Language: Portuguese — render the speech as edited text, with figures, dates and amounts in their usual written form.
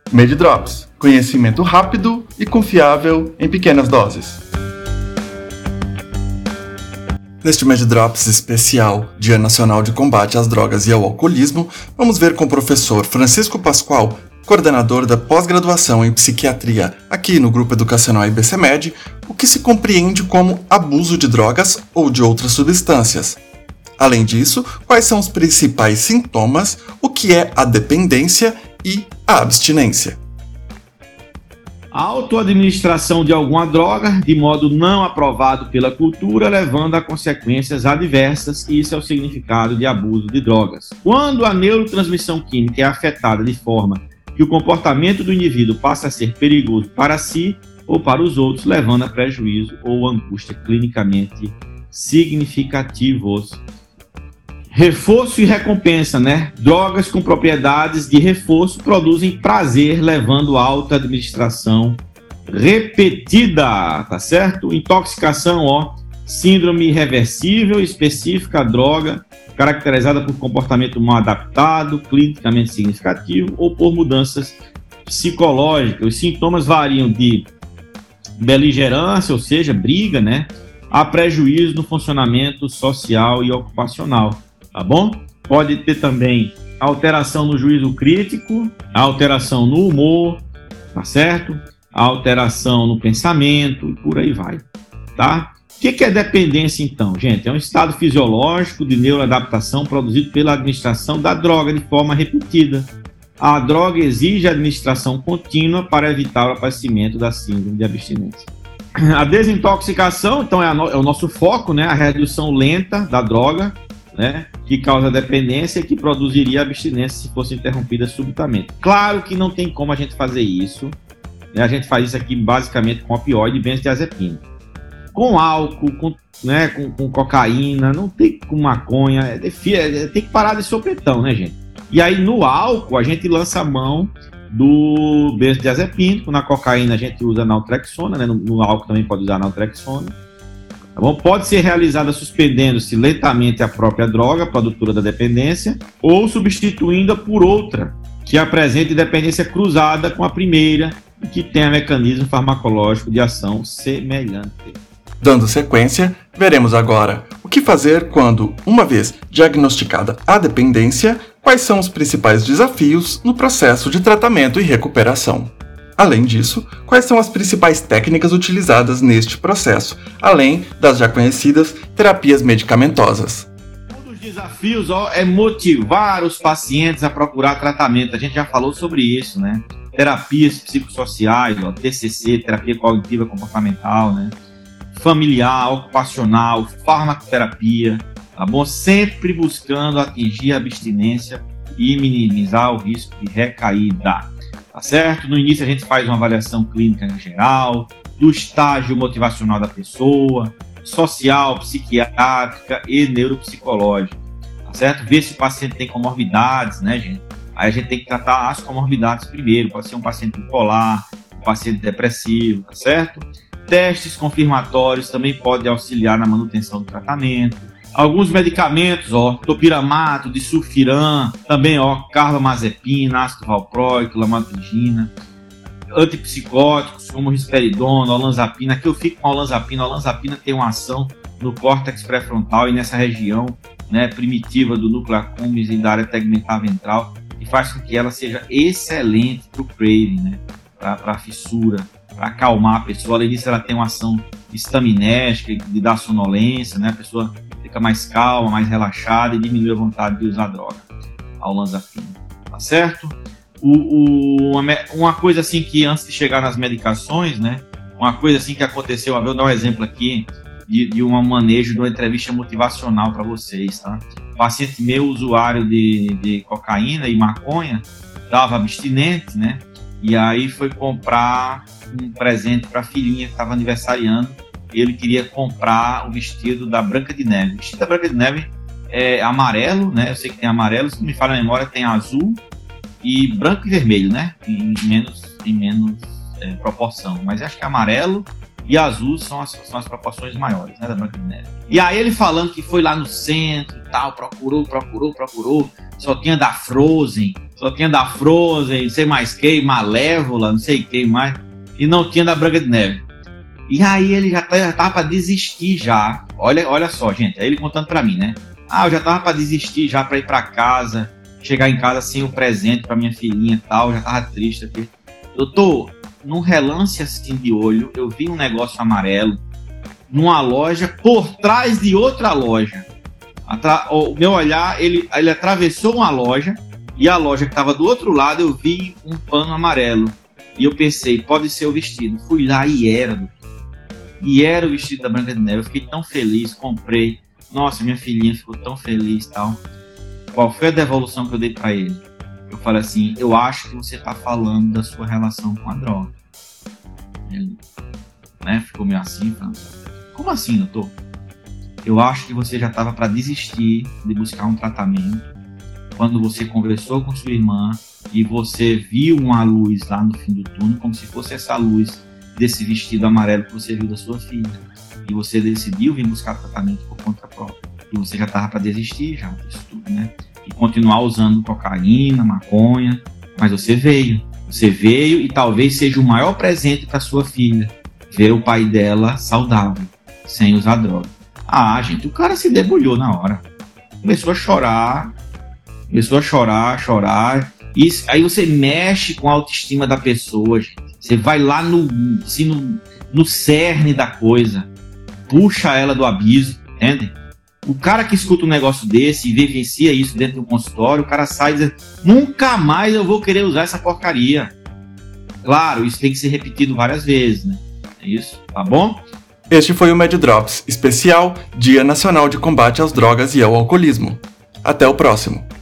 MedDrops, conhecimento rápido e confiável em pequenas doses. Neste MedDrops especial, Dia Nacional de Combate às Drogas e ao Alcoolismo, vamos ver com o professor Francisco Pascoal, coordenador da pós-graduação em psiquiatria aqui no Grupo Educacional IBCMed, o que se compreende como abuso de drogas ou de outras substâncias. Além disso, quais são os principais sintomas, o que é a dependência e a abstinência. A autoadministração de alguma droga de modo não aprovado pela cultura, levando a consequências adversas, e isso é o significado de abuso de drogas. Quando a neurotransmissão química é afetada de forma que o comportamento do indivíduo passa a ser perigoso para si ou para os outros, levando a prejuízo ou angústia clinicamente significativos. Reforço e recompensa, né? Drogas com propriedades de reforço produzem prazer, levando a autoadministração repetida, tá certo? Intoxicação, síndrome irreversível específica à droga, caracterizada por comportamento mal adaptado, clinicamente significativo ou por mudanças psicológicas. Os sintomas variam de beligerância, ou seja, briga, né? A prejuízo no funcionamento social e ocupacional. Tá bom? Pode ter também alteração no juízo crítico, alteração no humor, tá certo? Alteração no pensamento e por aí vai, tá? O que é dependência, então, gente? É um estado fisiológico de neuroadaptação produzido pela administração da droga de forma repetida. A droga exige administração contínua para evitar o aparecimento da síndrome de abstinência. A desintoxicação, então, é o nosso foco, né? A redução lenta da droga, né, que causa dependência e que produziria abstinência se fosse interrompida subitamente. Claro que não tem como a gente fazer isso, né? A gente faz isso aqui basicamente com opioide e benzodiazepina. Com álcool, com cocaína, não tem com maconha, tem que parar de sopetão, né, gente? E aí no álcool a gente lança a mão do benzodiazepínico, na cocaína a gente usa naltrexona, né? No álcool também pode usar naltrexona. Bom, pode ser realizada suspendendo-se lentamente a própria droga, produtora da dependência, ou substituindo-a por outra, que apresente dependência cruzada com a primeira e que tenha mecanismo farmacológico de ação semelhante. Dando sequência, veremos agora o que fazer quando, uma vez diagnosticada a dependência, quais são os principais desafios no processo de tratamento e recuperação. Além disso, quais são as principais técnicas utilizadas neste processo, além das já conhecidas terapias medicamentosas. Um dos desafios é motivar os pacientes a procurar tratamento. A gente já falou sobre isso, né? Terapias psicossociais, TCC, terapia cognitiva comportamental, né? Familiar, ocupacional, farmacoterapia, tá bom? Sempre buscando atingir a abstinência e minimizar o risco de recaída. Tá certo? No início a gente faz uma avaliação clínica em geral, do estágio motivacional da pessoa, social, psiquiátrica e neuropsicológica, tá certo? Ver se o paciente tem comorbidades, né, gente? Aí a gente tem que tratar as comorbidades primeiro, pode ser um paciente bipolar, um paciente depressivo, tá certo? Testes confirmatórios também podem auxiliar na manutenção do tratamento. Alguns medicamentos, topiramato, disulfiram, também, carbamazepina, ácido valproico, lamotrigina, antipsicóticos como risperidona, olanzapina. Aqui eu fico com a olanzapina. A olanzapina tem uma ação no córtex pré-frontal e nessa região, né, primitiva do núcleo accumbens e da área tegmentar ventral, e faz com que ela seja excelente para o craving, né, para a fissura, para acalmar a pessoa. Além disso, ela tem uma ação estaminética, de dar sonolência, né, a pessoa fica mais calma, mais relaxada e diminui a vontade de usar droga, a olanzapina, tá certo? Uma coisa assim que antes de chegar nas medicações, né, uma coisa assim que aconteceu, eu vou dar um exemplo aqui de um manejo de uma entrevista motivacional para vocês, tá? O paciente meu, usuário de cocaína e maconha, estava abstinente, né, e aí foi comprar um presente para a filhinha que estava aniversariando. Ele queria comprar o vestido da Branca de Neve. O vestido da Branca de Neve é amarelo, né? Eu sei que tem amarelo, se não me falha a memória, tem azul e branco e vermelho, né? Em menos proporção. Mas acho que amarelo e azul são as proporções maiores, né, da Branca de Neve. E aí ele falando que foi lá no centro e tal, procurou, só tinha da Frozen, Só tinha da Frozen, não sei mais quem, Malévola, não sei quem mais. E não tinha da Branca de Neve. E aí ele já tava pra desistir já. Olha só, gente. Aí ele contando pra mim, né? Eu já tava pra desistir já, pra ir pra casa. Chegar em casa sem o presente pra minha filhinha e tal. Já tava triste aqui. Doutor, num relance assim de olho, eu vi um negócio amarelo numa loja por trás de outra loja. O meu olhar, ele atravessou uma loja e a loja que estava do outro lado eu vi um pano amarelo. E eu pensei, pode ser o vestido. Fui lá e era. E era o vestido da Branca de Neve. Eu fiquei tão feliz, comprei. Nossa, minha filhinha ficou tão feliz e tal. Qual foi a devolução que eu dei para ele? Eu falei assim, eu acho que você está falando da sua relação com a droga. Ele, né, ficou meio assim, falando, como assim, doutor? Eu acho que você já estava para desistir de buscar um tratamento quando você conversou com sua irmã e você viu uma luz lá no fim do túnel, como se fosse essa luz desse vestido amarelo que você viu da sua filha. E você decidiu vir buscar tratamento por conta própria. E você já estava para desistir já disso tudo, né? E continuar usando cocaína, maconha. Mas você veio. Você veio e talvez seja o maior presente para sua filha. Ver o pai dela saudável, sem usar droga. Gente, o cara se debulhou na hora. Começou a chorar. E aí você mexe com a autoestima da pessoa, gente. Você vai lá no cerne da coisa. Puxa ela do abismo, entende? O cara que escuta um negócio desse e vivencia isso dentro de um consultório, o cara sai e diz, nunca mais eu vou querer usar essa porcaria. Claro, isso tem que ser repetido várias vezes, né? É isso, tá bom? Este foi o Med Drops, especial Dia Nacional de Combate às Drogas e ao Alcoolismo. Até o próximo.